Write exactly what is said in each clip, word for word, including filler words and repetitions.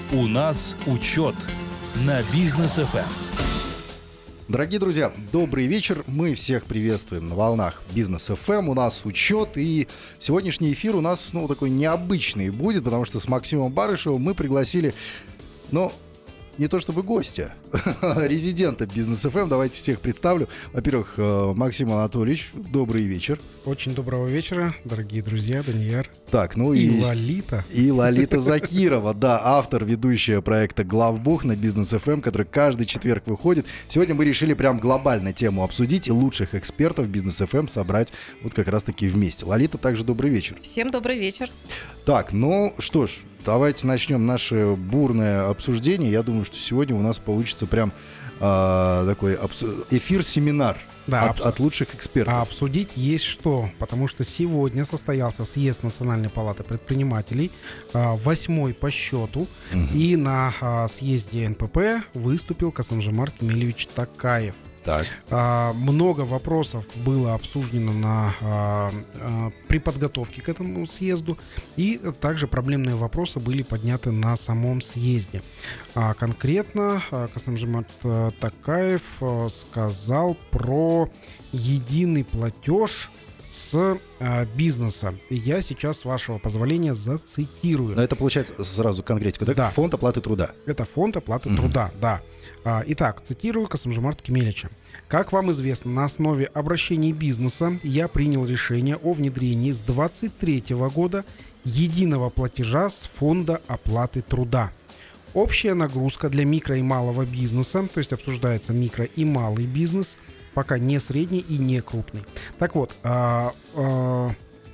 У нас учет на Бизнес эф эм. Дорогие друзья, добрый вечер. Мы всех приветствуем на волнах Бизнес эф эм. У нас учет. И сегодняшний эфир у нас, ну, такой необычный будет, потому что с Максимом Барышевым мы пригласили, ну, не то чтобы гостя, резидента Бизнес эф эм. Давайте всех представлю. Во-первых, Максим Анатольевич, добрый вечер. Очень доброго вечера, дорогие друзья, Данияр. Так, ну и, и Лолита. И Лолита Закирова, да, автор, ведущая проекта «Главбух» на Бизнес эф эм, который каждый четверг выходит. Сегодня мы решили прям глобально тему обсудить и лучших экспертов Бизнес эф эм собрать вот как раз-таки вместе. Лолита, также добрый вечер. Всем добрый вечер. Так, ну что ж, давайте начнем наше бурное обсуждение. Я думаю, что сегодня у нас получится прям э, такой обс- эфир-семинар. Да, от, обс- от лучших экспертов. А обсудить есть что, потому что сегодня состоялся съезд Национальной палаты предпринимателей, восьмой по счету, угу. и на а, съезде эн пэ пэ выступил Касымжомарт Кемелевич Токаев. Так. А, много вопросов было обсуждено на, а, а, при подготовке к этому съезду, и также проблемные вопросы были подняты на самом съезде. А, конкретно а, Касымжомарт Токаев а, сказал про единый платеж с а, бизнеса. И я сейчас, с вашего позволения, зацитирую. Но это получается сразу конкретику, да? Да. Фонд оплаты труда. Это фонд оплаты Mm-hmm. труда, да. А, итак, цитирую Касымжомарта Кемелевича. Как вам известно, на основе обращений бизнеса я принял решение о внедрении с двадцать третьего года единого платежа с фонда оплаты труда. Общая нагрузка для микро и малого бизнеса, то есть обсуждается микро и малый бизнес, пока не средний и не крупный. Так вот, а, а,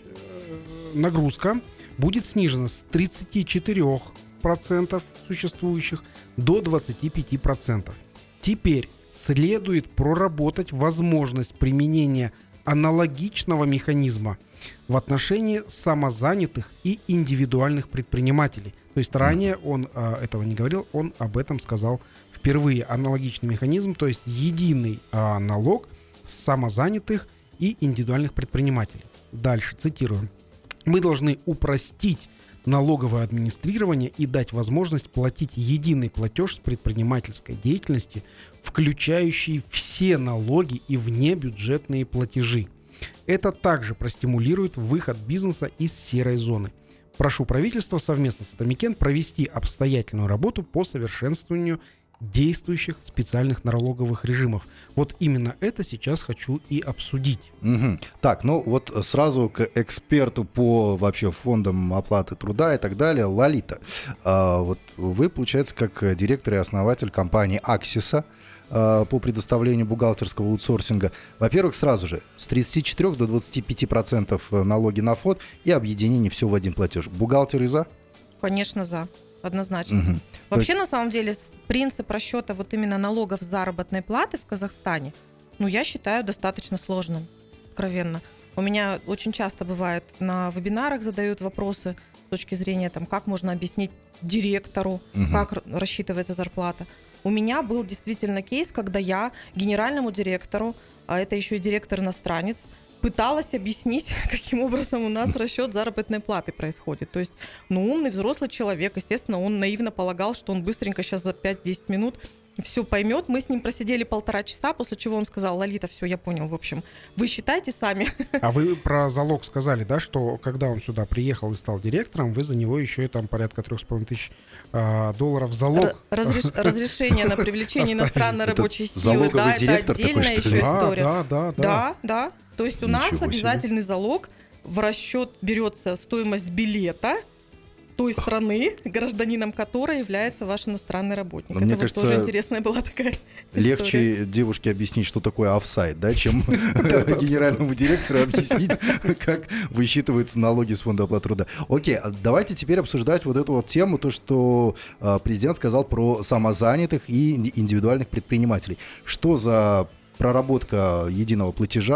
нагрузка будет снижена с тридцати четырёх процентов существующих до двадцати пяти процентов. Теперь следует проработать возможность применения аналогичного механизма в отношении самозанятых и индивидуальных предпринимателей. То есть ранее он а, этого не говорил, он об этом сказал впервые. Аналогичный механизм, то есть единый а, налог с самозанятых и индивидуальных предпринимателей. Дальше, цитирую. Мы должны упростить налоговое администрирование и дать возможность платить единый платеж с предпринимательской деятельности, включающий все налоги и внебюджетные платежи. Это также простимулирует выход бизнеса из серой зоны. Прошу правительства совместно с Атамикен провести обстоятельную работу по совершенствованию действующих специальных налоговых режимов. Вот именно это сейчас хочу и обсудить. Угу. Так, ну вот сразу к эксперту по вообще фондам оплаты труда и так далее. Лолита, а, вот вы, получается, как директор и основатель компании Аксиса а, по предоставлению бухгалтерского аутсорсинга. Во-первых, сразу же с тридцати четырёх до двадцати пяти процентов налоги на фонд и объединение все в один платеж. Бухгалтеры за? Конечно, за. Однозначно. Угу. Вообще, есть... на самом деле, принцип расчета вот именно налогов с заработной платы в Казахстане, ну, я считаю достаточно сложным, откровенно. У меня очень часто бывает на вебинарах задают вопросы с точки зрения, там, как можно объяснить директору, угу. как рассчитывается зарплата. У меня был действительно кейс, когда я генеральному директору, а это еще и директор-иностранец, пыталась объяснить, каким образом у нас расчет заработной платы происходит. То есть, ну, умный взрослый человек, естественно, он наивно полагал, что он быстренько сейчас за пять-десять минут все поймет. Мы с ним просидели полтора часа, после чего он сказал: Лолита, все, я понял, в общем, вы считайте сами. А вы про залог сказали, да, что когда он сюда приехал и стал директором, вы за него еще и там порядка трех с половиной тысяч э, долларов залог. Разреш, разрешение на привлечение иностранной рабочей силы, да, это отдельная такой, еще история. Да, да, да. Да, да. То есть у Ничего нас себе. обязательный залог, в расчет берется стоимость билета той страны, гражданином которой является ваш иностранный работник. Но это мне вот кажется, тоже интересная была такая легче история. девушке объяснить, что такое офсайт, да, чем генеральному директору объяснить, как высчитываются налоги с фонда оплаты труда. Окей, давайте теперь обсуждать вот эту вот тему, то, что президент сказал про самозанятых и индивидуальных предпринимателей. Что за проработка единого платежа,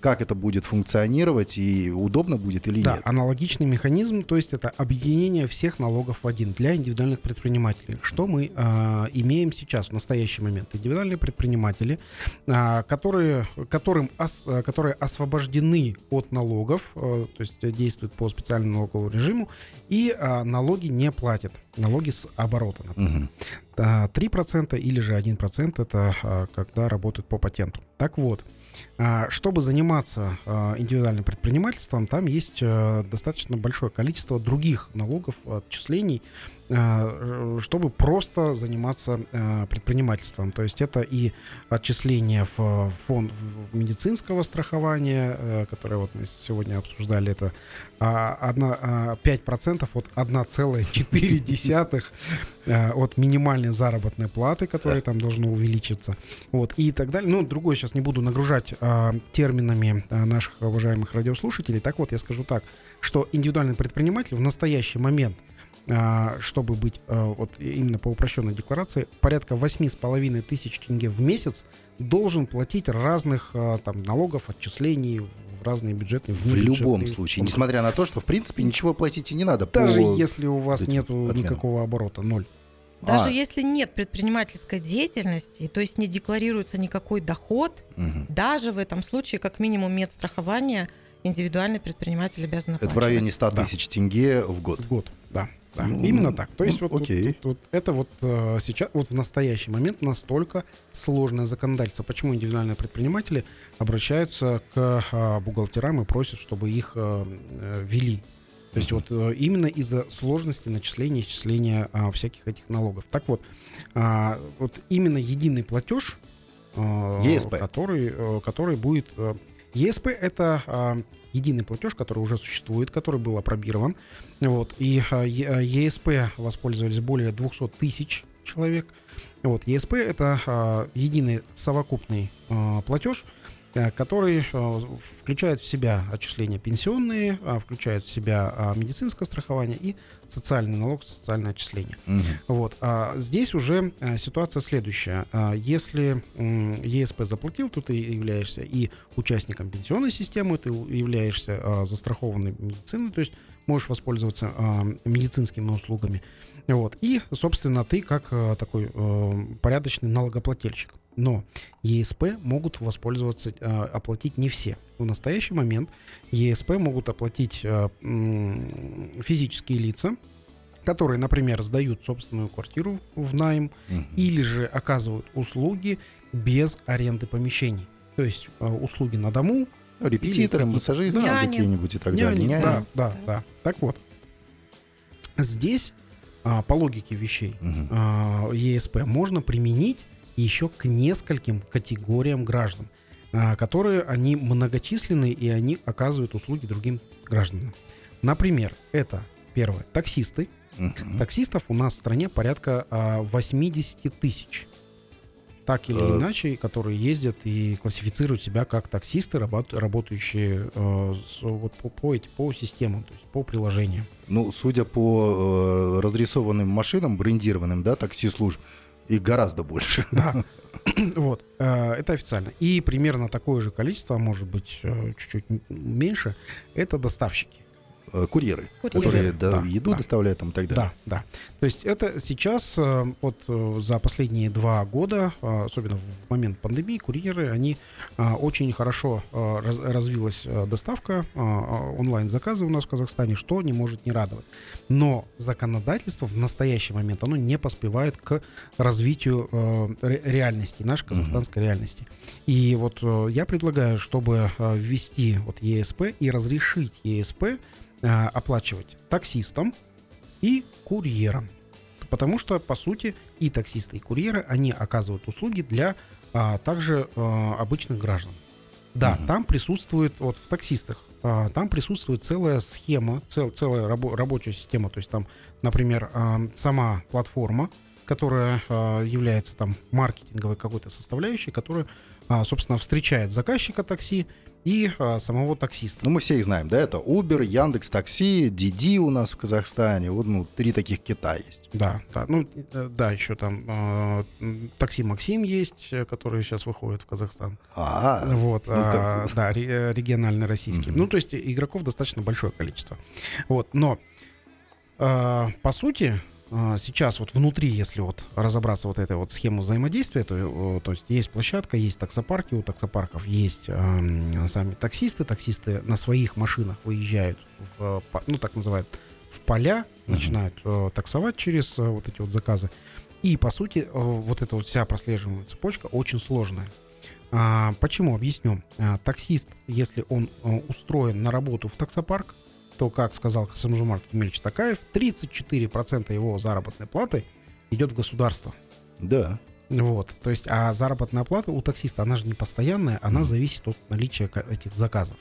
как это будет функционировать и удобно будет или Да, нет? аналогичный механизм, то есть это объединение всех налогов в один для индивидуальных предпринимателей. Что мы э, имеем сейчас в настоящий момент? Индивидуальные предприниматели, э, которые, которым ос, которые освобождены от налогов, э, то есть действуют по специальному налоговому режиму, и э, налоги не платят. Налоги с оборота, например. Угу. три процента или же один процент это э, когда работают по патенту. Так вот, чтобы заниматься индивидуальным предпринимательством, там есть достаточно большое количество других налогов, отчислений, чтобы просто заниматься предпринимательством. То есть это и отчисления в фонд медицинского страхования, которое вот мы сегодня обсуждали, это пять процентов от одна целая четыре десятых от минимальной заработной платы, которая там должна увеличиться. Вот, и так далее. Ну, другое сейчас не буду нагружать а, терминами а, наших уважаемых радиослушателей. Так вот, я скажу так, что индивидуальный предприниматель в настоящий момент, а, чтобы быть а, вот именно по упрощенной декларации, порядка восемь с половиной тысяч тенге в месяц должен платить разных а, там налогов, отчислений в разные бюджетные, в любом случае, несмотря на то, что в принципе ничего платить и не надо. Даже по если у вас нету отменам. никакого оборота, ноль. Даже А. если нет предпринимательской деятельности, то есть не декларируется никакой доход, Угу. даже в этом случае, как минимум, медстрахование индивидуальный предприниматель обязан Это оплачивать. в районе ста тысяч тенге в год. В год, да. Да, Ну, именно так. То есть ну, вот, вот, окей. вот, вот это вот э, сейчас, вот в настоящий момент настолько сложное законодательство. Почему индивидуальные предприниматели обращаются к э, бухгалтерам и просят, чтобы их э, э, вели? То есть вот э, именно из-за сложности начисления и исчисления э, всяких этих налогов. Так вот, э, вот именно единый платеж, э, ЕСП. который, э, который будет... Э, ЕСП — это э, единый платеж, который уже существует, который был апробирован. Вот, и э, ЕСП воспользовались более двести тысяч человек. Вот, ЕСП — это э, единый совокупный э, платеж, э, который э, включает в себя отчисления пенсионные, э, включает в себя э, медицинское страхование и социальный налог, социальное отчисление. Угу. Вот. А здесь уже а, ситуация следующая. А, если м, ЕСП заплатил, то ты являешься и участником пенсионной системы, ты являешься а, застрахованной медициной, то есть можешь воспользоваться а, медицинскими услугами. Вот. И, собственно, ты как а, такой а, порядочный налогоплательщик. Но ЕСП могут воспользоваться, а, оплатить не все. В настоящий момент ЕСП могут оплатить а, м, физические лица, которые, например, сдают собственную квартиру в найм, Угу. или же оказывают услуги без аренды помещений. То есть а, услуги на дому. Репетиторы, Или массажисты Няни. какие-нибудь и так Няни, далее. Няни. да, да, да. Так вот, здесь а, по логике вещей Мгм. а, ЕСП можно применить еще к нескольким категориям граждан, а, которые они многочисленны и они оказывают услуги другим гражданам. Например, это первое — таксисты. Мгм. Таксистов у нас в стране порядка а, восемьдесят тысяч. Так или Э. иначе, которые ездят и классифицируют себя как таксисты, работ- работающие э, с- вот по, по, эти- по системам, то есть по приложениям. Ну, судя по э, разрисованным машинам, брендированным, да, такси-служб, их гораздо больше. Да. Вот, э, это официально. И примерно такое же количество, а может быть э, чуть-чуть м- меньше, это доставщики. Э, Курьеры, Курьеры. которые да, Да, еду да. доставляют там и так далее. Да, да. То есть это сейчас, э, вот э, за последние два года, э, особенно в момент пандемии, курьеры, они э, очень хорошо э, раз- развилась э, доставка, э, онлайн-заказы у нас в Казахстане, что не может не радовать. Но законодательство в настоящий момент, оно не поспевает к развитию э, ре- реальности, нашей казахстанской реальности. И вот э, я предлагаю, чтобы э, ввести вот ЕСП и разрешить ЕСП э, оплачивать таксистам и курьерам. Потому что, по сути, и таксисты, и курьеры, они оказывают услуги для а, также а, обычных граждан. Да, Мгм. там присутствует, вот в таксистах, а, там присутствует целая схема, цел- целая рабо- рабочая система. То есть там, например, а, сама платформа, которая а, является там маркетинговой какой-то составляющей, которая, а, собственно, встречает заказчика такси и а, самого таксиста. Ну, мы все их знаем, да, это Uber, Яндекс.Такси, Didi у нас в Казахстане, вот, ну, три таких кита есть. Да, да, ну, э, да, еще там э, Такси Максим есть, э, который сейчас выходит в Казахстан. А, Вот, ну, а, как- да, ре- региональный российский. Мгм. Ну, то есть игроков достаточно большое количество. Вот, но э, по сути э, сейчас вот внутри, если вот разобраться вот этой вот схему взаимодействия, то, э, то есть есть площадка, есть таксопарки, у таксопарков есть э, сами таксисты, таксисты на своих машинах выезжают в, по- ну, так называют, в поля, Мгм. начинают э, таксовать через э, вот эти вот заказы. И, по сути, э, вот эта вот вся прослеживаемая цепочка очень сложная. А, почему? Объясню. А, таксист, если он э, устроен на работу в таксопарк, то, как сказал Касым-Жомарт Кемелевич Токаев, тридцать четыре процента его заработной платы идет в государство. да. Вот. То есть, а заработная плата у таксиста, она же не постоянная, она Мгм. зависит от наличия ка- этих заказов.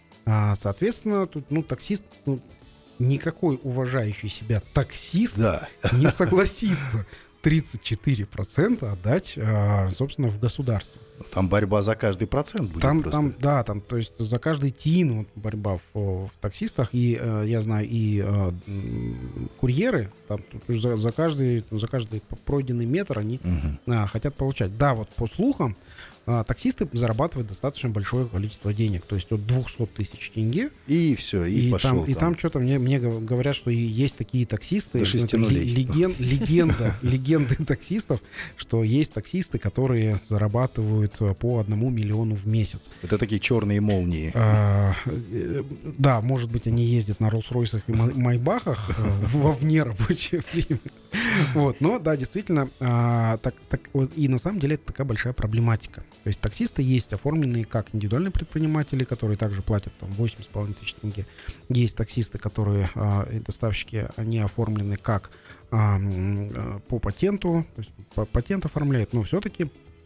А, соответственно, тут, ну, таксист, ну, никакой уважающий себя таксист Да. не согласится тридцать четыре процента отдать, а, собственно, в государство. Там борьба за каждый процент будет Там, просто. там, да, там, то есть за каждый тин вот, борьба в, в таксистах, и э, я знаю, и э, м, курьеры, там, тут за, за каждый, за каждый пройденный метр они Мгм. а, хотят получать. Да, вот по слухам, а, таксисты зарабатывают достаточно большое количество денег, то есть от двести тысяч тенге. И все, и, И, пошел там, и там что-то мне, мне гов- говорят, что и есть такие таксисты, До шести ну, это нулей. ле- леген- легенда, легенды таксистов, что есть таксисты, которые зарабатывают э, по одному миллиону в месяц. Это такие черные молнии. А, э, Да, может быть, они ездят на Роллс-Ройсах и Май- Майбахах э, во вне рабочее время. Вот, но да, действительно, а, так, так, вот, и на самом деле это такая большая проблематика. То есть таксисты есть оформленные как индивидуальные предприниматели, которые также платят там восемь с половиной тысяч тенге. Есть таксисты, которые, а, и доставщики, они оформлены как а, м, а, по патенту, то есть по- патент оформляют, но все-таки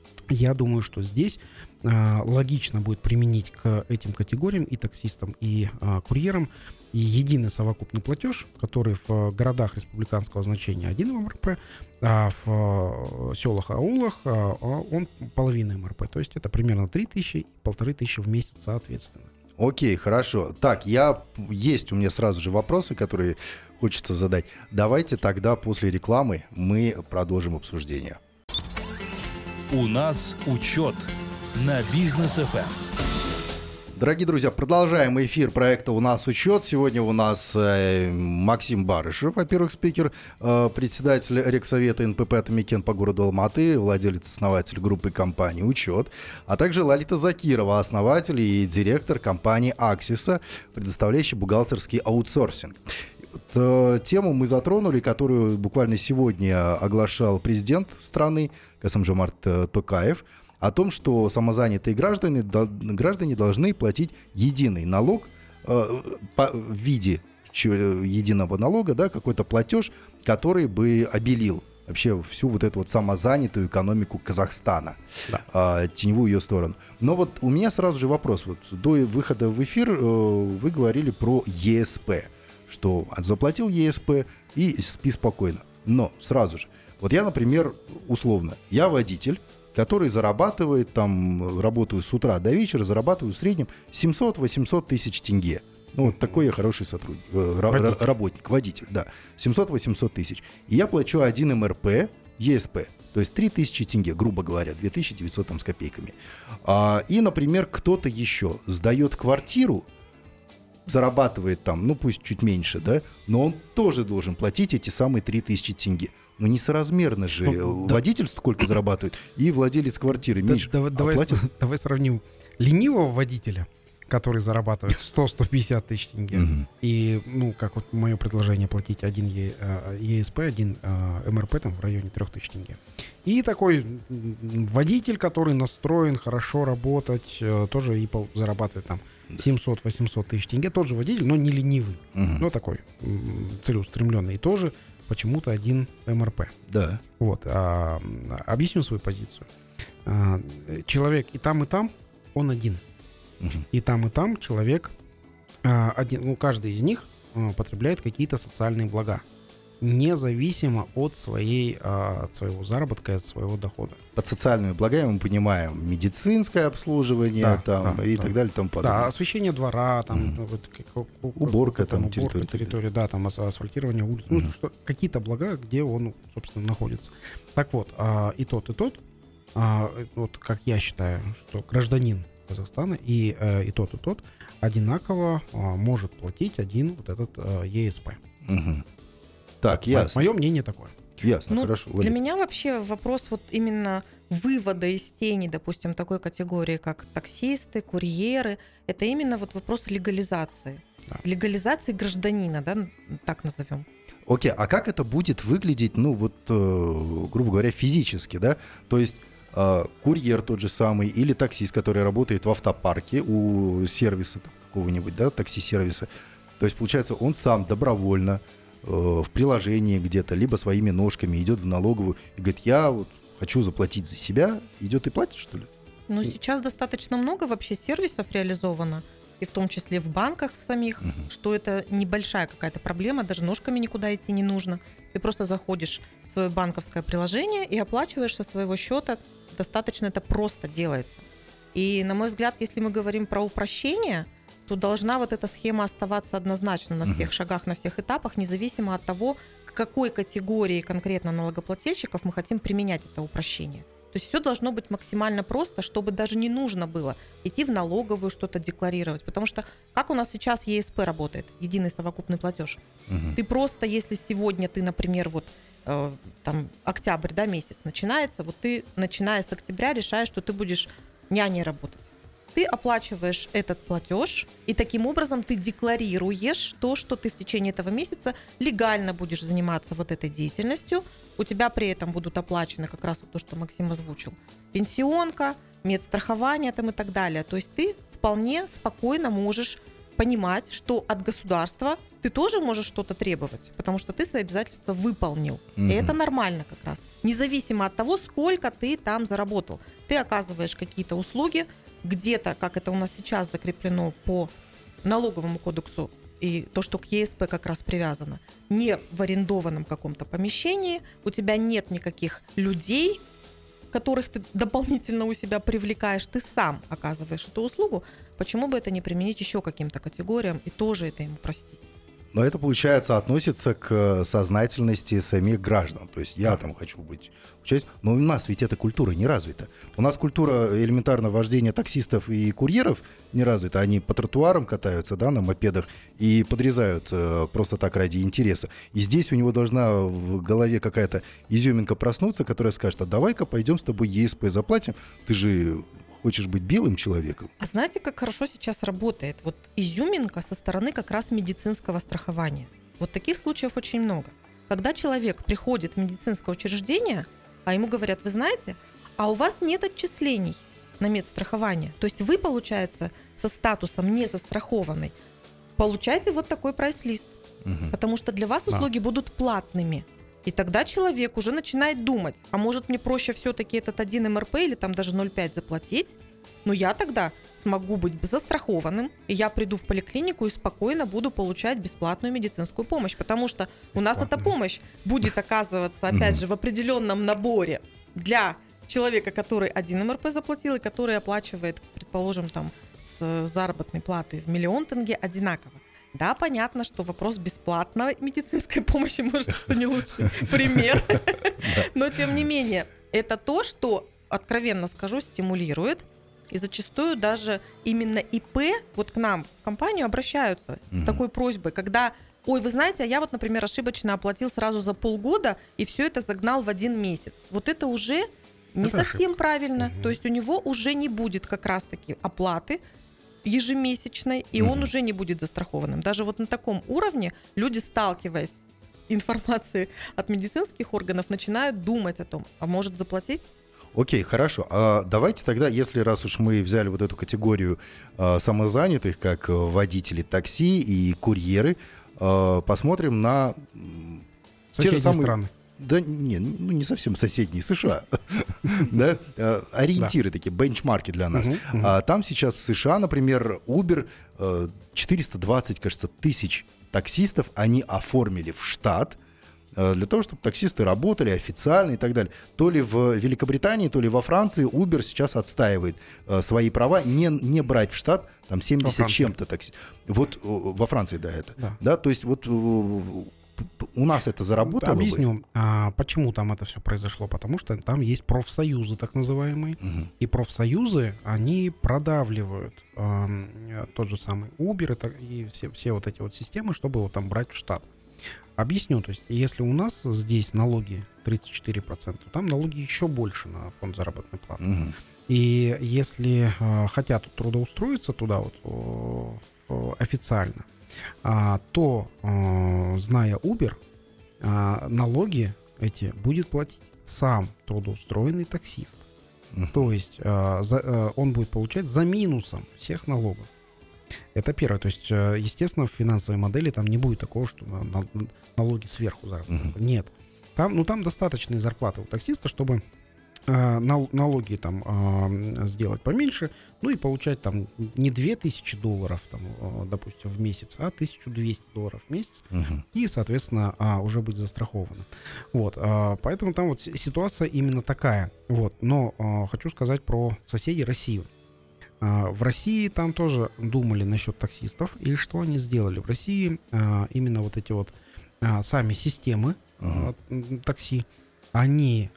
я думаю, что здесь а, логично будет применить к этим категориям и таксистам, и а, курьерам и единый совокупный платеж, который в а, городах республиканского значения один эм эр пэ, а в а, селах, аулах а, а он половина эм эр пэ. То есть это примерно три тысячи и полторы тысячи в месяц соответственно. Окей, хорошо. Так, я есть у меня сразу же вопросы, которые хочется задать. Давайте тогда после рекламы мы продолжим обсуждение. У нас учет на Бизнес эф эм. Дорогие друзья, продолжаем эфир проекта «У нас учет». Сегодня у нас э, Максим Барышев, во-первых, спикер, э, председатель Рексовета эн пэ пэ «Атамекен» по городу Алматы, владелец, основатель группы компании «Учет», а также Лолита Закирова, основатель и директор компании «Аксиса», предоставляющей бухгалтерский аутсорсинг. Вот, э, тему мы затронули, которую буквально сегодня оглашал президент страны Касым-Жомарт э, Токаев, о том, что самозанятые граждане, до- граждане должны платить единый налог э, по- в виде чё- единого налога, да, какой-то платеж, который бы обелил вообще всю вот эту вот самозанятую экономику Казахстана, Да. а, теневую ее сторону. Но вот у меня сразу же вопрос. Вот до выхода в эфир э, вы говорили про е эс пэ, что заплатил е эс пэ и спи спокойно. Но сразу же, вот я, например, условно, я водитель, который зарабатывает, там, работаю с утра до вечера, зарабатываю в среднем семьсот-восемьсот тысяч тенге. Ну, вот такой я хороший сотрудник, э, ра- Водитель. ра- работник, водитель, да. семьсот-восемьсот тысяч. И я плачу один эм эр пэ, е эс пэ, то есть три тысячи тенге, грубо говоря, две тысячи девятьсот там с копейками. А, и, например, кто-то еще сдает квартиру, зарабатывает там, ну пусть чуть меньше, да, но он тоже должен платить эти самые три тысячи тенге. Ну несоразмерно же. Ну, да. Водитель сколько зарабатывает, и владелец квартиры Да- меньше. давай, А давай, платит? давай сравним ленивого водителя, который зарабатывает сто-сто пятьдесят тысяч тенге, Мгм. и, ну, как вот мое предложение, платить один Е- э, е эс пэ, один э, эм эр пэ там в районе трех тысяч тенге. И такой м, водитель, который настроен хорошо работать, э, тоже и пол- зарабатывает там семьсот-восемьсот тысяч тенге. Тот же водитель, но не ленивый, Мгм. но такой м, целеустремленный. И тоже почему-то один эм эр пэ. Да. Вот. а, объясню свою позицию. А, человек и там, и там, он один. Мгм. И там, и там человек, а, один, ну, каждый из них а, потребляет какие-то социальные блага. независимо от, своей, а, от своего заработка и от своего дохода. Под социальными благами мы понимаем медицинское обслуживание Да, там, да, и да. так далее, тому подобное. Да, освещение двора, там, Мгм. ну, вот, как- как- как- Уборка как- там уборка территории. территории, да, там ас- асфальтирование улиц, ну, Мгм. что, какие-то блага, где он, собственно, находится. Так вот, а, и тот, и тот, а, вот как я считаю, что гражданин Казахстана и, э, и тот, и тот одинаково а, может платить один вот этот а, е эс пэ. Мгм. Так, ясно. Мое мнение такое. Ясно, Ну, хорошо. для Лолит. меня вообще вопрос вот именно вывода из тени, допустим, такой категории, как таксисты, курьеры, это именно вот вопрос легализации. Да. Легализации гражданина, да, так назовем. Окей, а как это будет выглядеть, ну вот, э, грубо говоря, физически, да? То есть э, курьер тот же самый или таксист, который работает в автопарке у сервиса там, какого-нибудь, да, такси-сервиса. То есть, получается, он сам добровольно э, в приложении где-то, либо своими ножками идет в налоговую и говорит, я вот хочу заплатить за себя, идет и платит, что ли? Но сейчас достаточно много вообще сервисов реализовано, и в том числе в банках самих, Мгм. что это небольшая какая-то проблема, даже ножками никуда идти не нужно. Ты просто заходишь в свое банковское приложение и оплачиваешь со своего счета. Достаточно это просто делается. И, на мой взгляд, если мы говорим про упрощение, то должна вот эта схема оставаться однозначно на всех Мгм. шагах, на всех этапах, независимо от того, к какой категории конкретно налогоплательщиков мы хотим применять это упрощение. То есть все должно быть максимально просто, чтобы даже не нужно было идти в налоговую что-то декларировать. Потому что как у нас сейчас е эс пэ работает, единый совокупный платеж? Мгм. Ты просто, если сегодня ты, например, вот э, там октябрь, да, месяц начинается, вот ты, начиная с октября, решаешь, что ты будешь няней работать. Ты оплачиваешь этот платеж, и таким образом ты декларируешь то, что ты в течение этого месяца легально будешь заниматься вот этой деятельностью. У тебя при этом будут оплачены как раз вот то, что Максим озвучил. Пенсионка, медстрахование там и так далее. То есть ты вполне спокойно можешь понимать, что от государства ты тоже можешь что-то требовать, потому что ты свои обязательства выполнил. Мгм. И это нормально как раз. Независимо от того, сколько ты там заработал. Ты оказываешь какие-то услуги, где-то, как это у нас сейчас закреплено по налоговому кодексу, и то, что к е эс пэ как раз привязано, не в арендованном каком-то помещении, у тебя нет никаких людей, которых ты дополнительно у себя привлекаешь, ты сам оказываешь эту услугу, почему бы это не применить еще к каким-то категориям и тоже это ему простить? Но это, получается, относится к сознательности самих граждан. То есть я там хочу быть участником, но у нас ведь эта культура не развита. У нас культура элементарно вождения таксистов и курьеров не развита. Они по тротуарам катаются, да, на мопедах и подрезают э, просто так ради интереса. И здесь у него должна в голове какая-то изюминка проснуться, которая скажет, а давай-ка пойдем с тобой е эс пэ заплатим. Ты же хочешь быть белым человеком. А знаете, как хорошо сейчас работает? Вот изюминка со стороны как раз медицинского страхования. Вот таких случаев очень много. Когда человек приходит в медицинское учреждение, а ему говорят, вы знаете, а у вас нет отчислений на медстрахование. То есть вы, получается, со статусом не застрахованный, получаете вот такой прайс-лист. Мгм. Потому что для вас Да. услуги будут платными. И тогда человек уже начинает думать, а может мне проще все-таки этот один эм эр пэ или там даже ноль целых пять заплатить, но я тогда смогу быть застрахованным, и я приду в поликлинику и спокойно буду получать бесплатную медицинскую помощь, потому что у нас эта Бесплатную. помощь будет оказываться, опять Мгм. же, в определенном наборе для человека, который один эм эр пэ заплатил и который оплачивает, предположим, там с заработной платы в миллион тенге одинаково. Да, понятно, что вопрос бесплатной медицинской помощи, может, это не лучший пример. Но, тем не менее, это то, что, откровенно скажу, стимулирует. И зачастую даже именно и пэ вот к нам в компанию обращаются с Мгм. такой просьбой, когда, ой, вы знаете, а я вот, например, ошибочно оплатил сразу за полгода и все это загнал в один месяц. Вот это уже не Это совсем ошибка. правильно. Мгм. То есть у него уже не будет как раз-таки оплаты ежемесячной, и Мгм. он уже не будет застрахованным. Даже вот на таком уровне люди, сталкиваясь с информацией от медицинских органов, начинают думать о том, а может заплатить? Окей, хорошо. А давайте тогда, если раз уж мы взяли вот эту категорию а, самозанятых, как э, водители такси и курьеры, а, посмотрим на м, те же Соседние самые- страны. Да не, ну не совсем соседние, США. Да? Э, Ориентиры такие, бенчмарки для нас. Мгм, мгм. А там сейчас в США, например, Uber э, четыреста двадцать, кажется, тысяч таксистов они оформили в штат. э, для того, чтобы таксисты работали официально и так далее. То ли в Великобритании, то ли во Франции Uber сейчас отстаивает э, свои права не, не брать в штат там семьдесят чем-то таксистов. Вот э, во Франции, да, это. Да. Да, то есть вот э, у нас это заработало бы? Объясню, а, почему там это все произошло. Потому что там есть профсоюзы, так называемые. Мгм. И профсоюзы, они продавливают э, тот же самый Uber и, так- и все, все вот эти вот системы, чтобы его там брать в штат. Объясню, то есть если у нас здесь налоги тридцать четыре процента, то там налоги еще больше на фонд заработной платы. Мгм. И если э, хотят трудоустроиться туда вот о, в- официально, а, то, э, зная Uber, а, налоги эти будет платить сам трудоустроенный таксист. Мгм. То есть э, за- э, он будет получать за минусом всех налогов. Это первое. То есть, э, естественно, в финансовой модели там не будет такого, что на- на- налоги сверху заработают. Мгм. Нет. Там, ну, там достаточные зарплаты у таксиста, чтобы э, нал- налоги там э, сделать поменьше, ну и получать там не две тысячи долларов, там, э, допустим, в месяц, а тысячу двести долларов в месяц, Мгм. и, соответственно, а, уже быть застраховано. Вот, а, поэтому там вот си- ситуация именно такая. Вот, но а, хочу сказать про соседей России. А, в России там тоже думали насчет таксистов, и что они сделали? В России а, именно вот эти вот а, сами системы Ага. а, м, такси, они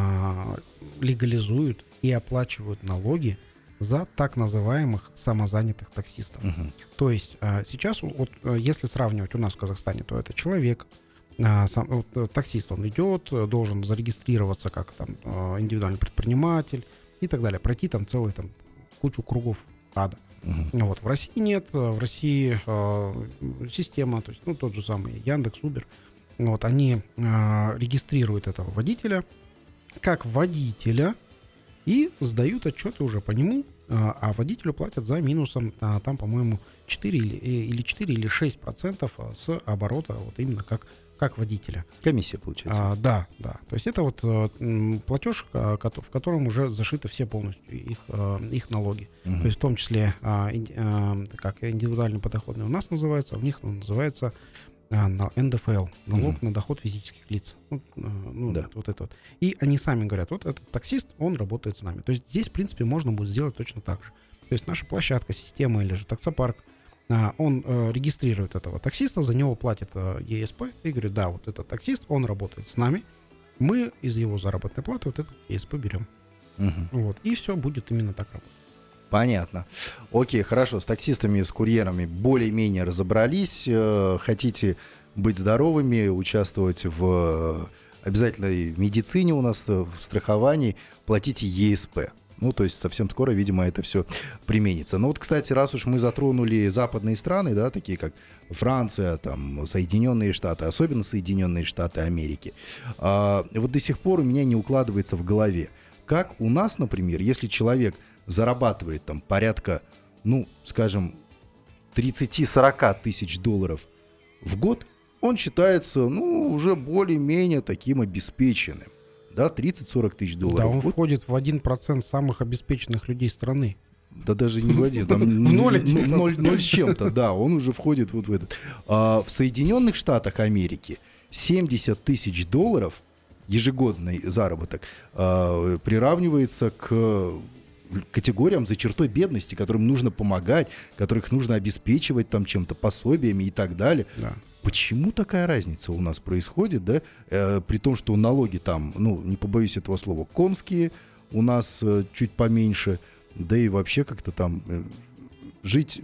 а, легализуют и оплачивают налоги за так называемых самозанятых таксистов. Мгм. То есть а, сейчас, вот, а, если сравнивать у нас в Казахстане, то это человек, а, сам, вот, э, таксист, он идет, э, должен зарегистрироваться как там а, индивидуальный предприниматель и так далее, пройти там целый там кучу кругов ада. Мгм. Вот. В России нет, э, в России а, система, то есть, ну, тот же самый Яндекс, Убер, вот, они а, регистрируют этого водителя как водителя и сдают отчеты уже по нему, а, а водителю платят за минусом, а, там, по-моему, четыре или, э, или четыре или шесть процентов а, с оборота, вот именно как, как водителя. Комиссия получается. А, да, да. То есть это вот э, м, платеж, а, кото- в котором уже зашиты все полностью их, э, их налоги. Мгм. То есть в том числе а, инди- а, как индивидуальный подоходный у нас называется, а у них он называется а, на- эн дэ эф эл, налог Мгм. на доход физических лиц. Вот, а, ну, Да. вот, вот это вот. И они сами говорят, вот этот таксист, он работает с нами. То есть здесь, в принципе, можно будет сделать точно так же. То есть наша площадка, система или же таксопарк, а, он э, регистрирует этого таксиста, за него платит э, е эс пэ и говорит, да, вот этот таксист, он работает с нами, мы из его заработной платы вот этот е эс пэ берем. Мгм. Вот. И все будет именно так работать. Понятно. Окей, хорошо. С таксистами, с курьерами более-менее разобрались. Э, Хотите быть здоровыми, участвовать в э, обязательной медицине у нас, э, в страховании, платите е эс пэ. Ну, то есть совсем скоро, видимо, это все применится. Ну вот, кстати, раз уж мы затронули западные страны, да, такие как Франция, там, Соединенные Штаты, особенно Соединенные Штаты Америки, а, вот до сих пор у меня не укладывается в голове, как у нас, например, если человек зарабатывает там порядка, ну, скажем, тридцать-сорок тысяч долларов в год, он считается, ну, уже более-менее таким обеспеченным. Да, тридцать-сорок тысяч долларов Да, он в год. входит в один процент самых обеспеченных людей страны. Да даже не в один, там В ноль н- ноль ноль с чем-то, да, он уже входит вот в этот. А в Соединенных Штатах Америки семьдесят тысяч долларов ежегодный заработок а, приравнивается к категориям за чертой бедности, которым нужно помогать, которых нужно обеспечивать там чем-то, пособиями и так далее. Да. Почему такая разница у нас происходит, да? Э, при том, что налоги там, ну, не побоюсь этого слова, конские, у нас э, чуть поменьше, да и вообще как-то там э, жить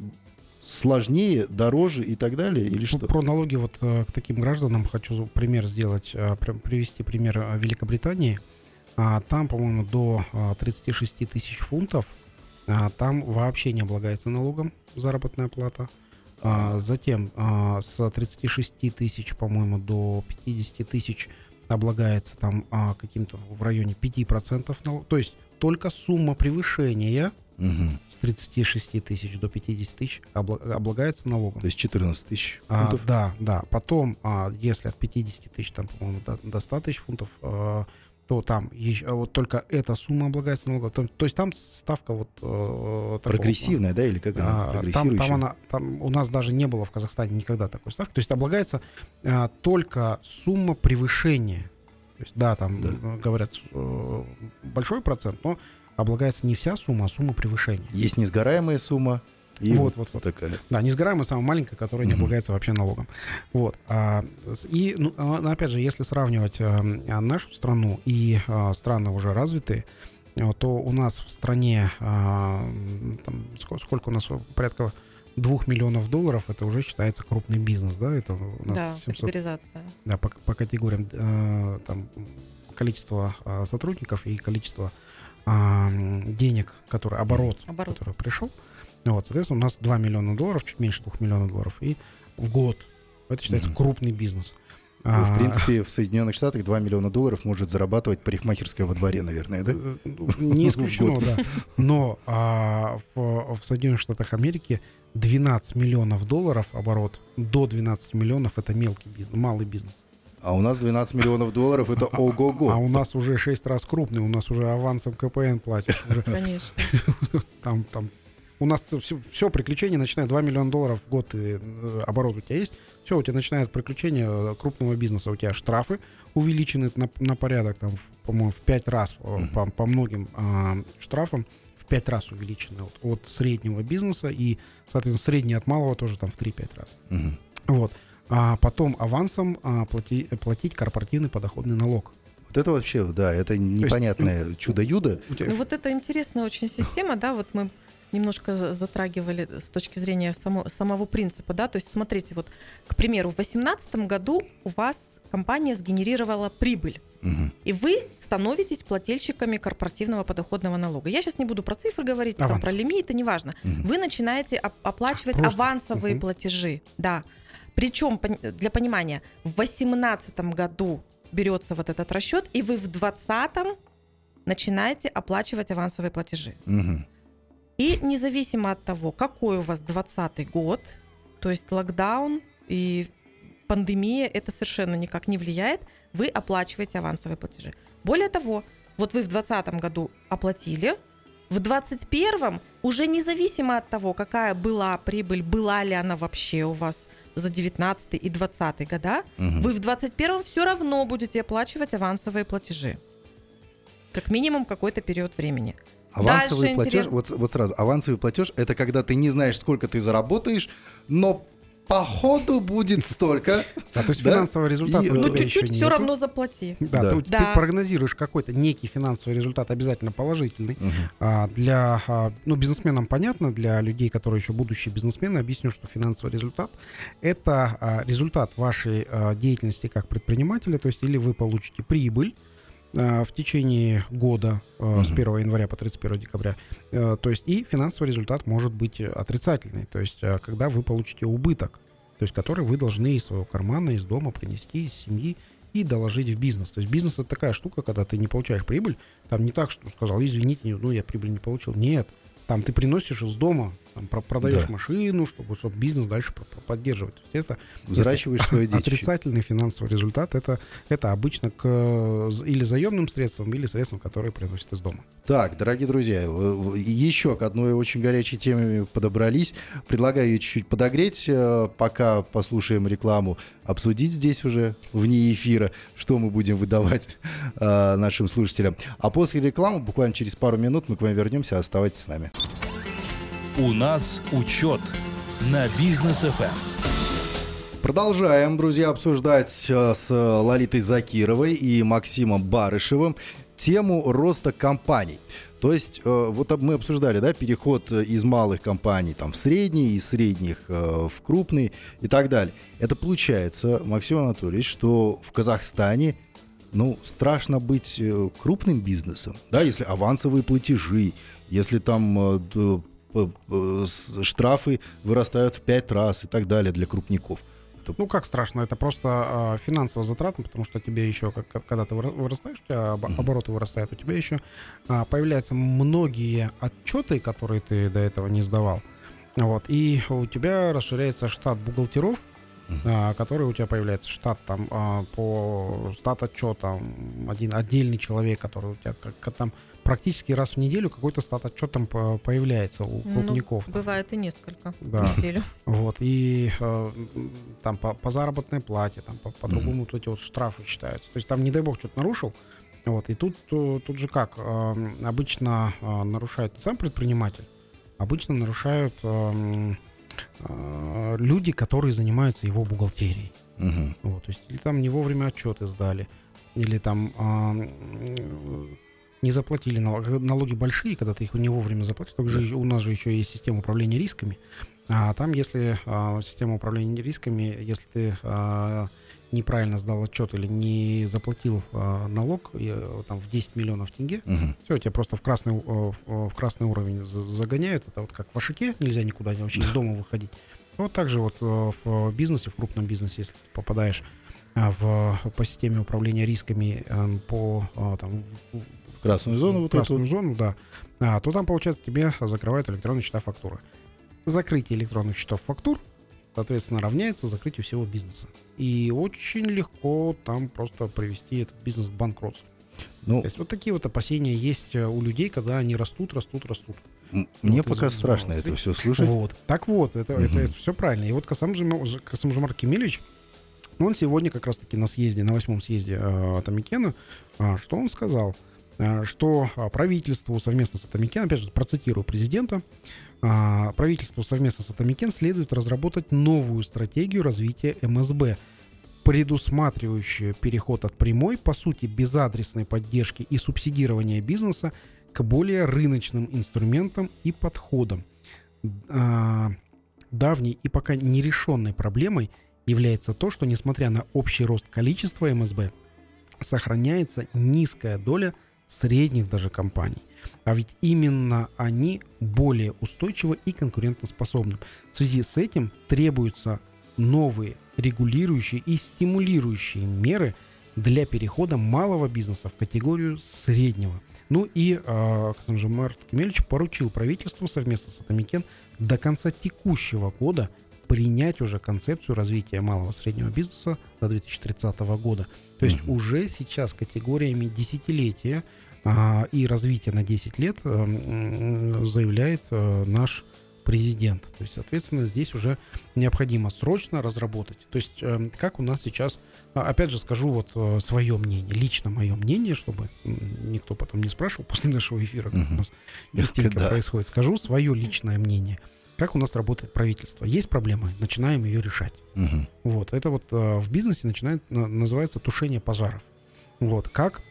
сложнее, дороже и так далее, или что? Про налоги вот э, к таким гражданам хочу пример сделать, э, прям привести пример э, Великобритании. А, Там, по-моему, до э, тридцать шесть тысяч фунтов а, там вообще не облагается налогом заработная плата. А, Затем а, с тридцати шести тысяч, по-моему, до пятидесяти тысяч облагается там а, каким-то в районе пяти процентов налог. То есть только сумма превышения Мгм. с тридцати шести тысяч до пятидесяти тысяч обла- облагается налогом. То есть четырнадцать тысяч А, фунтов. да, да. Потом, а, если от пятидесяти тысяч, там, по-моему, до, до ста тысяч фунтов, а, то там еще, вот только эта сумма облагается налогом. То, то есть там ставка вот э, прогрессивная, да, или как она? А, там, там, она, там у нас даже не было в Казахстане никогда такой ставки. То есть облагается а, только сумма превышения. То есть, да, там да. говорят э, большой процент, но облагается не вся сумма, а сумма превышения. Есть несгораемая сумма. И вот, вот, вот. Такая. Да, несгораемая самая маленькая, которая не облагается вообще налогом. Вот. А, и, ну, опять же, если сравнивать а, нашу страну и а, страны уже развитые, то у нас в стране а, там, сколько, сколько у нас порядка двух миллионов долларов, это уже считается крупный бизнес, да? Это у нас да, семьсот, категоризация. Да, по, по категориям а, там, количество а, сотрудников и количество а, денег, который, оборот, оборот, который пришел. Вот, соответственно, у нас два миллиона долларов, чуть меньше двух миллионов долларов и в год. Это считается mm-hmm. крупный бизнес. Ну, в принципе, в Соединенных Штатах два миллиона долларов может зарабатывать парикмахерская во дворе, наверное, да? Не исключено, да. Но а, в, в Соединенных Штатах Америки двенадцать миллионов долларов оборот, до двенадцати миллионов это мелкий бизнес, малый бизнес. А у нас двенадцать миллионов долларов это ого-го. А у нас уже шесть раз крупный, у нас уже авансом ка пэ эн платишь. Конечно. Там, там. У нас все, все приключения начинают два миллиона долларов в год и, э, оборот у тебя есть. Все, у тебя начинают приключения крупного бизнеса. У тебя штрафы увеличены на, на порядок, там, по-моему, в пять раз mm-hmm. по, по многим э, штрафам в пять раз увеличены от, от среднего бизнеса и, соответственно, средний от малого тоже там в три-пять раз. Mm-hmm. Вот. А потом авансом а, плати, платить корпоративный подоходный налог. Вот это вообще, да, это непонятное есть, чудо-юдо. Ну вот это интересная очень система, да, вот мы немножко затрагивали с точки зрения само, самого принципа, да, то есть смотрите, вот, к примеру, в две тысячи восемнадцатом году у вас компания сгенерировала прибыль, угу. и вы становитесь плательщиками корпоративного подоходного налога. Я сейчас не буду про цифры говорить, там, про лимиты, неважно. Угу. Вы начинаете оп- оплачивать Просто. авансовые угу. платежи, да. Причем, для понимания, в две тысячи восемнадцатом году берется вот этот расчет, и вы в двадцатом начинаете оплачивать авансовые платежи. Угу. И независимо от того, какой у вас двадцатый год, то есть локдаун и пандемия, это совершенно никак не влияет, вы оплачиваете авансовые платежи. Более того, вот вы в двадцатом году оплатили, в двадцать первом уже независимо от того, какая была прибыль, была ли она вообще у вас за девятнадцатый и двадцатый года, угу. вы в двадцать первом все равно будете оплачивать авансовые платежи. Как минимум какой-то период времени. Авансовый Дальше платеж, интерес... вот, вот сразу, авансовый платеж — это когда ты не знаешь, сколько ты заработаешь, но по ходу будет столько. Да, то есть финансовый результат. Ну, чуть-чуть все равно заплати. Да, ты прогнозируешь какой-то некий финансовый результат, обязательно положительный. Для, ну, бизнесменам понятно, для людей, которые еще будущие бизнесмены, объясню, что финансовый результат — это результат вашей деятельности как предпринимателя, то есть или вы получите прибыль в течение года uh-huh. с первого января по тридцать первого декабря. То есть и финансовый результат может быть отрицательный. То есть когда вы получите убыток, то есть который вы должны из своего кармана, из дома принести, из семьи и доложить в бизнес. То есть бизнес — это такая штука, когда ты не получаешь прибыль, там не так, что сказал, извините, ну я прибыль не получил. Нет, там ты приносишь из дома, там, продаешь да. машину, чтобы, чтобы бизнес дальше поддерживать. Это, взращиваешь свое детище. Отрицательный финансовый результат это, это обычно к или заемным средствам, или средствам, которые приносят из дома. Так, дорогие друзья, еще к одной очень горячей теме подобрались. Предлагаю ее чуть-чуть подогреть, пока послушаем рекламу, обсудить здесь уже вне эфира, что мы будем выдавать э, нашим слушателям. А после рекламы, буквально через пару минут, мы к вам вернемся. Оставайтесь с нами. У нас учет на Бизнес эф эм. Продолжаем, друзья, обсуждать с Лолитой Закировой и Максимом Барышевым тему роста компаний. То есть, вот мы обсуждали, да, переход из малых компаний там, в средние, из средних в крупные и так далее. Это получается, Максим Анатольевич, что в Казахстане, ну, страшно быть крупным бизнесом, да, если авансовые платежи, если там штрафы вырастают в пять раз и так далее для крупников. Ну, как страшно, это просто э, финансово затратно, потому что тебе еще, как, когда ты вырастаешь, у тебя обороты вырастают, у тебя еще э, появляются многие отчеты, которые ты до этого не сдавал. Вот, и у тебя расширяется штат бухгалтеров, а, который у тебя появляется штат там а, по стат-отчетам, один отдельный человек, который у тебя как, как там практически раз в неделю какой-то стат-отчет там по- появляется у крупников. Ну, бывает и несколько Да. в неделю. Вот, и э, там по, по заработной плате, там по- по-другому Мгм. вот эти вот штрафы считаются. То есть там, не дай бог, что-то нарушил. Вот, и тут, э, тут же как, э, обычно э, нарушает не сам предприниматель, обычно нарушают э, э, люди, которые занимаются его бухгалтерией. Мгм. Вот, то есть или там не вовремя отчеты сдали, или там э, не заплатили налог. Налоги большие, когда ты их не вовремя заплатишь. Также у нас же еще есть система управления рисками. А там, если а, система управления рисками, если ты а, неправильно сдал отчет или не заплатил а, налог и, там, в десять миллионов тенге, Мгм. все, тебя просто в красный, в, в красный уровень за- загоняют. Это вот как в Ашике, нельзя никуда вообще из дома выходить. Вот так же вот э, в бизнесе, в крупном бизнесе, если ты попадаешь а, в, по системе управления рисками э, по а, там, в- Красную зону вот эту красную вот. зону, да, а, то там, получается, тебе закрывают электронные счета фактуры. Закрытие электронных счетов фактур, соответственно, равняется закрытию всего бизнеса. И очень легко там просто привести этот бизнес к банкротству. Ну, То есть вот такие вот опасения есть э, у людей, когда они растут, растут, растут. м- мне вот пока из- страшно из- это все слышать. Вот. Так вот, это, Мгм. это, все правильно. И вот Касым-Жомарт Касым-Жомарт Кемелевич, он сегодня как раз-таки на съезде, на восьмом съезде э, Атамикена, а, что он сказал? А, что а, правительству совместно с Атамикен, опять же, процитирую президента, а, правительству совместно с Атамикен следует разработать новую стратегию развития эм эс бэ, предусматривающую переход от прямой, по сути, безадресной поддержки и субсидирования бизнеса к более рыночным инструментам и подходам. А, Давней и пока нерешенной проблемой является то, что, несмотря на общий рост количества эм эс бэ, сохраняется низкая доля средних даже компаний. А ведь именно они более устойчивы и конкурентоспособны. В связи с этим требуются новые регулирующие и стимулирующие меры для перехода малого бизнеса в категорию среднего. Ну и э, Касым-Жомарт Кемелевич поручил правительству совместно с Атамикен до конца текущего года принять уже концепцию развития малого и среднего бизнеса до две тысячи тридцатого года. То есть Мгм. уже сейчас категориями десятилетия а, и развития на десять лет а, м, заявляет а, наш президент. То есть, соответственно, здесь уже необходимо срочно разработать. То есть, э, как у нас сейчас, а, опять же скажу вот э, свое мнение, лично мое мнение, чтобы м, никто потом не спрашивал после нашего эфира, как Мгм. у нас частенько Да. происходит. Скажу свое личное мнение. Как у нас работает правительство? Есть проблемы, начинаем ее решать. Мгм. Вот, это вот э, в бизнесе начинает на- называется тушение пожаров. Вот, как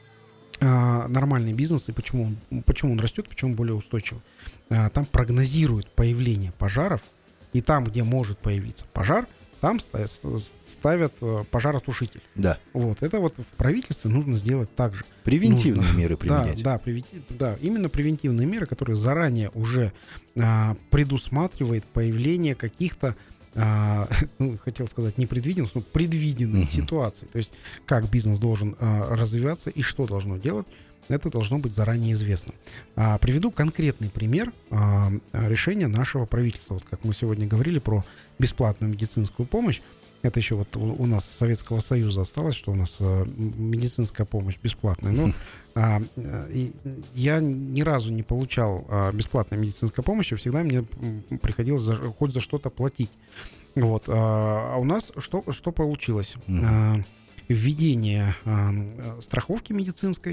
э, нормальный бизнес и почему, он- почему он растет, почему он более устойчивый. Э, там прогнозируют появление пожаров, и там, где может появиться пожар, там ста- ст- ставят э, пожаротушитель. Да. Вот, это вот в правительстве нужно сделать так же. Превентивные Нужно. меры применять. Да, да, превенти- да, именно превентивные меры, которые заранее уже а, предусматривает появление каких-то, а, ну, хотел сказать, непредвиденных, но предвиденных Мгм. ситуаций. То есть, как бизнес должен а, развиваться и что должно делать, это должно быть заранее известно. А, приведу конкретный пример а, решения нашего правительства. Вот как мы сегодня говорили про бесплатную медицинскую помощь. Это еще вот у, у нас с Советского Союза осталось, что у нас а, медицинская помощь бесплатная. Но а, и я ни разу не получал а, бесплатной медицинской помощи, всегда мне м, приходилось за- хоть за что-то платить. Вот. А, а у нас что, что получилось? Мгм. А, введение а, страховки медицинской,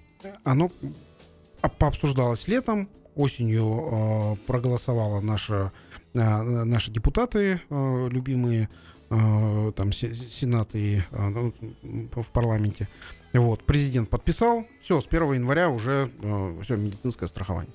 оно а, пообсуждалось летом, осенью а, проголосовала наша, а, наши депутаты а, любимые, а, там се- сенат и а, ну, в парламенте. Вот, президент подписал, все, с первого января уже все, медицинское страхование.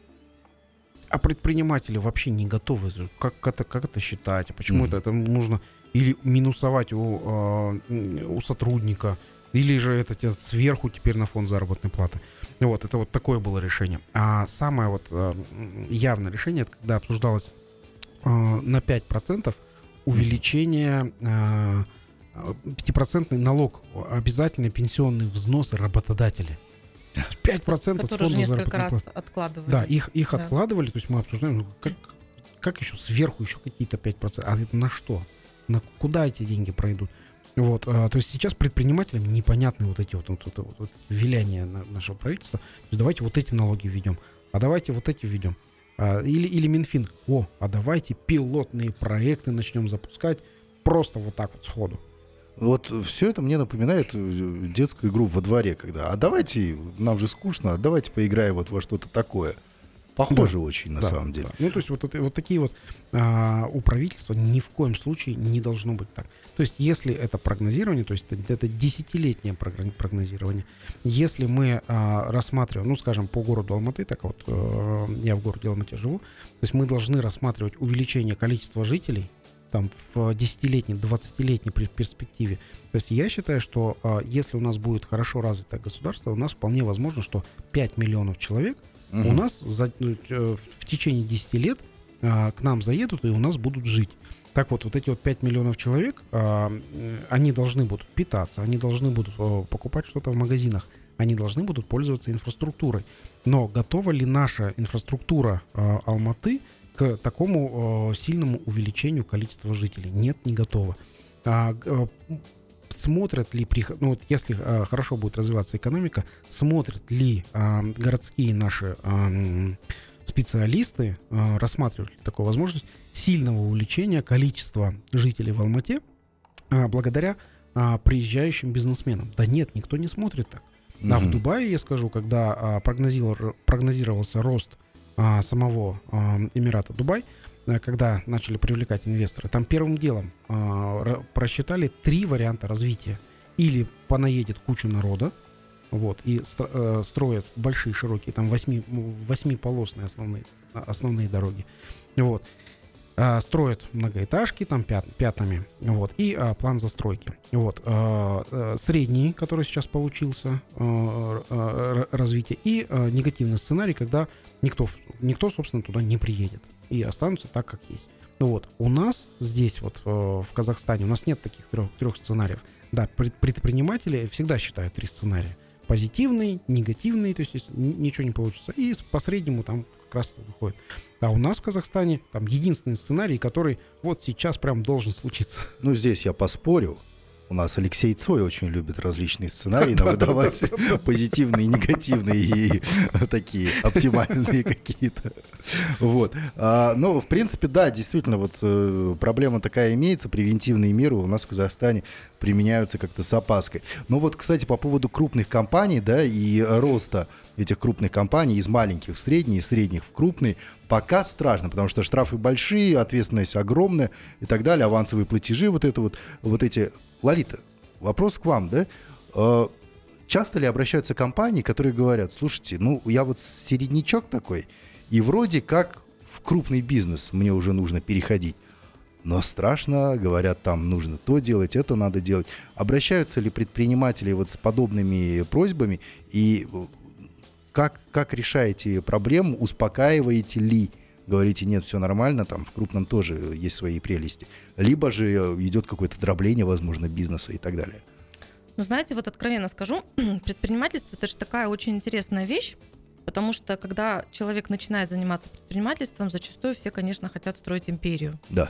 А предприниматели вообще не готовы. Как это, как это считать? А почему Мгм. это, это нужно или минусовать у, а, у сотрудника, или же это те- сверху теперь на фонд заработной платы. Вот, это вот такое было решение. А самое вот а, явное решение, это когда обсуждалось а, на пять процентов увеличение а, пятипроцентный налог, обязательные пенсионные взносы работодателя. пять процентов с Которые уже фонда несколько заработной раз платы. откладывали. Да, их, их Да. откладывали, то есть мы обсуждаем, ну, как, как еще сверху еще какие-то пять процентов, а это на что? На куда эти деньги пройдут? Вот, а, то есть сейчас предпринимателям непонятны вот эти вот, вот, вот, вот, вот виляния на, нашего правительства. То есть давайте вот эти налоги введем, а давайте вот эти введем. А, или, или Минфин, о, а давайте пилотные проекты начнем запускать просто вот так вот сходу. Вот все это мне напоминает детскую игру во дворе, когда, а давайте, нам же скучно, а давайте поиграем вот во что-то такое. Похоже да, очень, на да, самом деле. Да. Ну, то есть вот, это, вот такие вот а, у правительства ни в коем случае не должно быть так. То есть если это прогнозирование, то есть это, это десятилетнее прогнозирование, если мы а, рассматриваем, ну, скажем, по городу Алматы, так вот, а, я в городе Алмате живу, то есть мы должны рассматривать увеличение количества жителей там, в десятилетней, двадцатилетней перспективе. То есть я считаю, что а, если у нас будет хорошо развитое государство, у нас вполне возможно, что пять миллионов человек угу. у нас за, в течение десяти лет а, к нам заедут и у нас будут жить. Так вот, вот эти вот пять миллионов человек, а, они должны будут питаться, они должны будут а, покупать что-то в магазинах, они должны будут пользоваться инфраструктурой. Но готова ли наша инфраструктура а, Алматы к такому а, сильному увеличению количества жителей? Нет, не готова. А, а, смотрят ли, ну вот если а, хорошо будет развиваться экономика, смотрят ли а, городские наши а, специалисты, а, рассматривают ли такую возможность сильного увеличения количества жителей в Алмате а, благодаря а, приезжающим бизнесменам? Да нет, никто не смотрит так. Mm-hmm. А в Дубае, я скажу, когда а, прогнозировал, прогнозировался рост а, самого а, Эмирата Дубай, а, когда начали привлекать инвесторы, там первым делом а, р- просчитали три варианта развития. Или понаедет кучу народа, вот, и стро- э, строят большие, широкие, там восьми, восьмиполосные основные, основные дороги. Вот. Строят многоэтажки там пят, пятнами, вот, и а, план застройки. Вот, а, а, средний, который сейчас получился, а, а, развитие, и а, негативный сценарий, когда никто, никто, собственно, туда не приедет и останутся так, как есть. Вот, у нас здесь вот в Казахстане у нас нет таких трех, трех сценариев. Да, предприниматели всегда считают три сценария: позитивный, негативный, то есть если ничего не получится, и по среднему там как раз выходит. А у нас в Казахстане там единственный сценарий, который вот сейчас прям должен случиться. Ну, здесь я поспорю. У нас Алексей Цой очень любит различные сценарии выдавать, позитивные, негативные и такие оптимальные какие-то. Вот. Но, в принципе, да, действительно, вот проблема такая имеется. Превентивные меры у нас в Казахстане применяются как-то с опаской. Но вот, кстати, по поводу крупных компаний, да, и роста этих крупных компаний из маленьких в средние, из средних в крупные, пока страшно, потому что штрафы большие, ответственность огромная и так далее, авансовые платежи, вот это вот, вот эти... Лолита, вопрос к вам, да? Часто ли обращаются компании, которые говорят: слушайте, ну я вот середнячок такой, и вроде как в крупный бизнес мне уже нужно переходить, но страшно, говорят, там нужно то делать, это надо делать. Обращаются ли предприниматели вот с подобными просьбами, и как, как решаете проблему, успокаиваете ли? Говорите, нет, все нормально, там в крупном тоже есть свои прелести. Либо же идет какое-то дробление, возможно, бизнеса и так далее. Ну, знаете, вот откровенно скажу, предпринимательство — это же такая очень интересная вещь, потому что когда человек начинает заниматься предпринимательством, зачастую все, конечно, хотят строить империю. Да.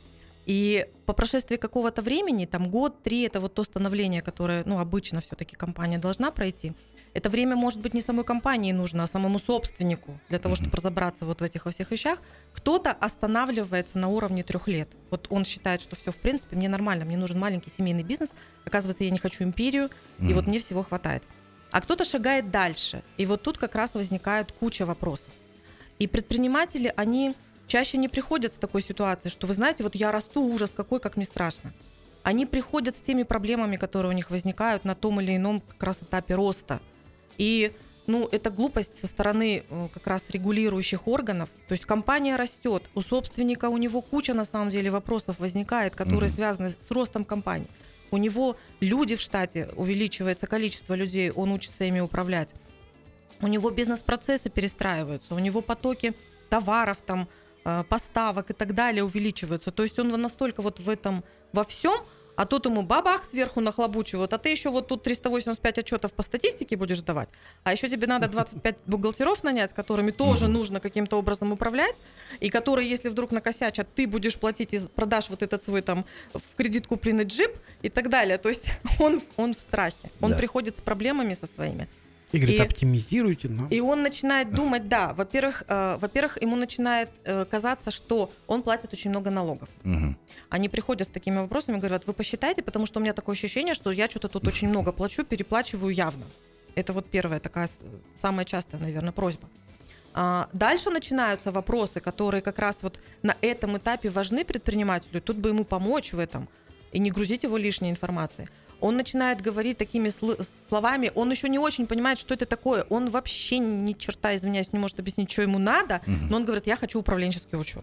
И по прошествии какого-то времени, там год, три, это вот то становление, которое, ну, обычно все-таки компания должна пройти. Это время, может быть, не самой компании нужно, а самому собственнику для того, чтобы разобраться вот в этих во всех вещах. Кто-то останавливается на уровне трех лет. Вот он считает, что все, в принципе, мне нормально, мне нужен маленький семейный бизнес. Оказывается, я не хочу империю, mm-hmm. и вот мне всего хватает. А кто-то шагает дальше. И вот тут как раз возникает куча вопросов. И предприниматели, они чаще не приходят с такой ситуацией, что, вы знаете, вот я расту, ужас какой, как мне страшно. Они приходят с теми проблемами, которые у них возникают на том или ином как раз этапе роста. И, ну, это глупость со стороны как раз регулирующих органов. То есть компания растет, у собственника, у него куча, на самом деле, вопросов возникает, которые mm-hmm. связаны с ростом компании. У него люди в штате, увеличивается количество людей, он учится ими управлять. У него бизнес-процессы перестраиваются, у него потоки товаров, там, поставок и так далее увеличиваются. То есть он настолько вот в этом во всем, А тут ему бабах сверху нахлобучивают, а ты еще вот тут триста восемьдесят пять отчетов по статистике будешь давать, а еще тебе надо двадцать пять бухгалтеров нанять, которыми тоже mm-hmm. нужно каким-то образом управлять, и которые, если вдруг накосячат, ты будешь платить и продашь вот этот свой там в кредит купленный джип и так далее. То есть он, он в страхе, он да. приходит с проблемами со своими. И говорит, и, оптимизируйте. Но... И он начинает думать, да, во-первых, э, во-первых, ему начинает э, казаться, что он платит очень много налогов. Угу. Они приходят с такими вопросами, говорят, вы посчитайте, потому что у меня такое ощущение, что я что-то тут очень много плачу, переплачиваю явно. Это вот первая такая самая частая, наверное, просьба. А дальше начинаются вопросы, которые как раз вот на этом этапе важны предпринимателю. Тут бы ему помочь в этом и не грузить его лишней информацией. Он начинает говорить такими сл- словами, он еще не очень понимает, что это такое. Он вообще ни черта, извиняюсь, не может объяснить, что ему надо, mm-hmm. но он говорит, я хочу управленческий учет.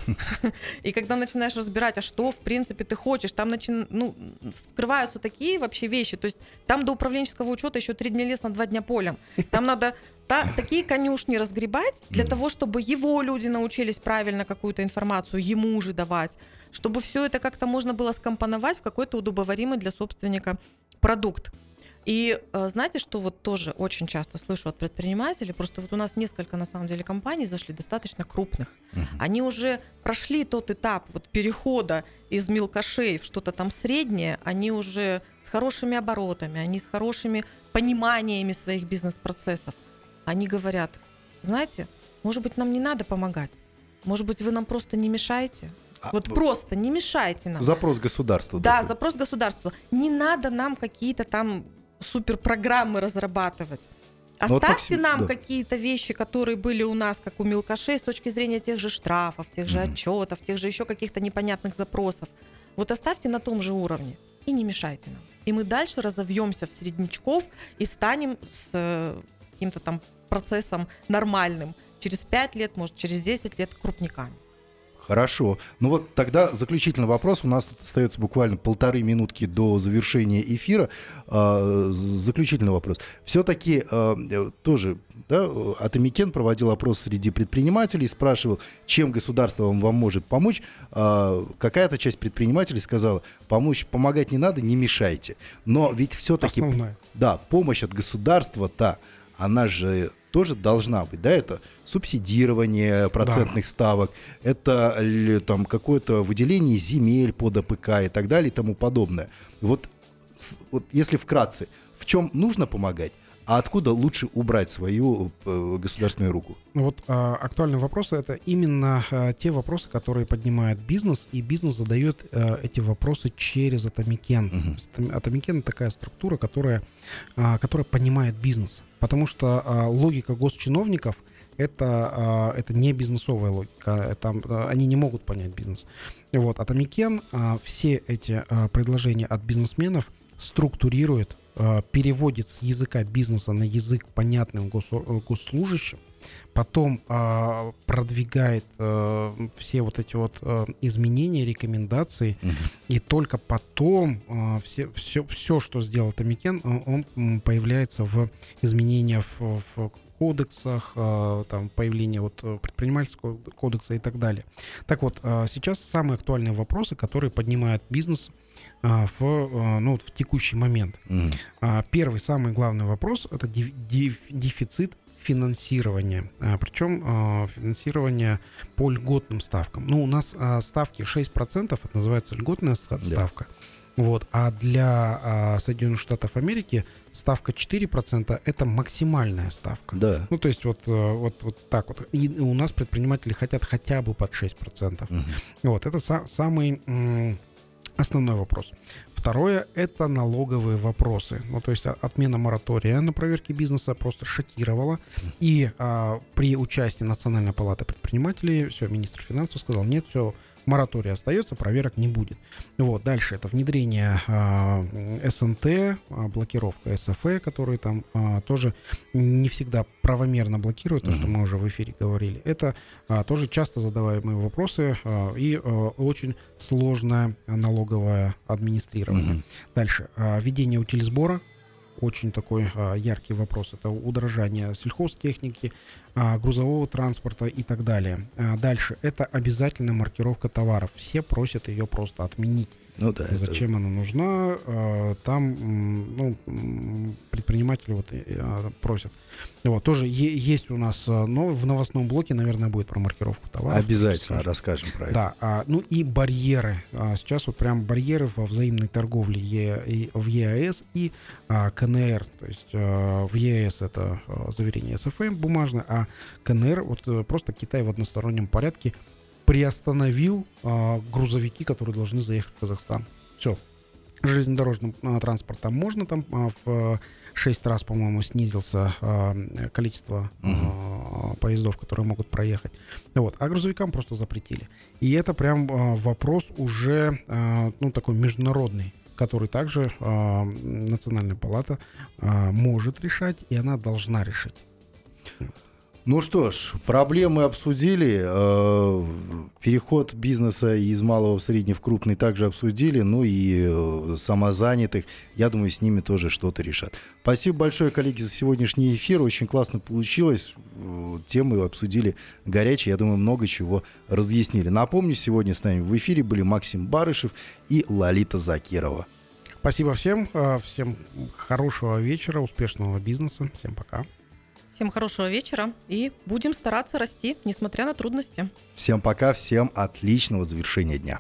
И когда начинаешь разбирать, а что, в принципе, ты хочешь, там начи... ну, вскрываются такие вообще вещи. То есть там до управленческого учета еще три дня лес на два дня полем. Там надо та, такие конюшни разгребать для того, чтобы его люди научились правильно какую-то информацию ему же давать, чтобы все это как-то можно было скомпоновать в какой-то удобоваримый для собственника продукт. И э, знаете, что вот тоже очень часто слышу от предпринимателей, просто вот у нас несколько, на самом деле, компаний зашли достаточно крупных. Uh-huh. Они уже прошли тот этап вот перехода из мелкашей в что-то там среднее, они уже с хорошими оборотами, они с хорошими пониманиями своих бизнес-процессов. Они говорят, знаете, может быть, нам не надо помогать, может быть, вы нам просто не мешаете. Вот а, просто не мешайте нам. Запрос государства. Да, такой. запрос государства. Не надо нам какие-то там суперпрограммы разрабатывать. Оставьте вот нам да. какие-то вещи, которые были у нас, как у мелкашей, с точки зрения тех же штрафов, тех же mm-hmm. отчетов, тех же еще каких-то непонятных запросов. Вот оставьте на том же уровне и не мешайте нам. И мы дальше разовьемся в середнячков и станем с э, каким-то там процессом нормальным. Через пять лет, может, через десять лет крупниками. Хорошо. Ну вот тогда заключительный вопрос. У нас тут остается буквально полторы минутки до завершения эфира. А, заключительный вопрос. Все-таки а, тоже да, Атамикен проводил опрос среди предпринимателей, спрашивал, чем государство вам, вам может помочь. А, какая-то часть предпринимателей сказала, помочь, помогать не надо, не мешайте. Но ведь все-таки Основная. Да, помощь от государства-то, она же тоже должна быть, да, это субсидирование процентных да. ставок, это там какое-то выделение земель под АПК и так далее и тому подобное. Вот, вот если вкратце, в чем нужно помогать, а откуда лучше убрать свою э, государственную руку? Вот а, актуальные вопросы — это именно а, те вопросы, которые поднимает бизнес, и бизнес задает а, эти вопросы через Атамикен. Uh-huh. Атамикен — это такая структура, которая, а, которая понимает бизнес, потому что а, логика госчиновников — это, а, это не бизнесовая логика, это, а, они не могут понять бизнес. Вот, Атамикен а, все эти а, предложения от бизнесменов структурирует, переводит с языка бизнеса на язык, понятным гос, госслужащим, потом э, продвигает э, все вот эти вот э, изменения, рекомендации, угу. и только потом э, все, все, все, что сделал Атамикен, он, он появляется в изменениях в, в кодексах, э, там, появление вот предпринимательского кодекса и так далее. Так вот, э, сейчас самые актуальные вопросы, которые поднимает бизнес в, ну, в текущий момент. Mm. Первый, самый главный вопрос — это дефицит финансирования. Причем финансирование по льготным ставкам. Ну, у нас ставки шесть процентов, это называется льготная ставка. Yeah. Вот. А для Соединенных Штатов Америки ставка четыре процента — это максимальная ставка. Да. Ну, то есть вот, вот, вот так вот. И у нас предприниматели хотят хотя бы под шесть процентов. Mm-hmm. Вот. Это са- самый... М- Основной вопрос. Второе — это налоговые вопросы. Ну, то есть отмена моратория на проверки бизнеса просто шокировала. И а, при участии Национальной палаты предпринимателей все, министр финансов сказал, нет, все, мораторий остается, проверок не будет. Вот, дальше это внедрение а, СНТ, а, блокировка СФЭ, которые там а, тоже не всегда правомерно блокируют, то, mm-hmm. что мы уже в эфире говорили. Это а, тоже часто задаваемые вопросы а, и а, очень сложное налоговое администрирование. Mm-hmm. Дальше. А, введение утильсбора. Очень такой а, яркий вопрос. Это удорожание сельхозтехники, а, грузового транспорта и так далее. А, дальше. Это обязательная маркировка товаров. Все просят ее просто отменить. Ну да. Зачем она нужна? А, Там м, ну, м, предприниматели вот и, а, просят. Вот, тоже е- есть у нас, а, но в новостном блоке, наверное, будет про маркировку это товаров. обязательно расскажем про это. Да, а, ну и барьеры. А, сейчас вот прям барьеры во взаимной торговле Е- и- в ЕАЭС и а, КНР. То есть а, в ЕАЭС это а, заверение СФМ бумажное, а КНР вот а, просто Китай в одностороннем порядке приостановил а, грузовики, которые должны заехать в Казахстан. Все. Железнодорожным а, транспортом можно, там а, в шесть раз, по-моему, снизился а, количество а, поездов, которые могут проехать. Вот. А грузовикам просто запретили. И это прям а, вопрос уже а, ну, такой международный, который также а, Национальная палата а, может решать, и она должна решить. Ну что ж, проблемы обсудили, э, переход бизнеса из малого в средний в крупный также обсудили, ну и э, самозанятых, я думаю, с ними тоже что-то решат. Спасибо большое, коллеги, за сегодняшний эфир, очень классно получилось, э, темы обсудили горячие, я думаю, много чего разъяснили. Напомню, сегодня с нами в эфире были Максим Барышев и Лолита Закирова. Спасибо всем, а, всем хорошего вечера, успешного бизнеса, всем пока. Всем хорошего вечера и будем стараться расти, несмотря на трудности. Всем пока, всем отличного завершения дня.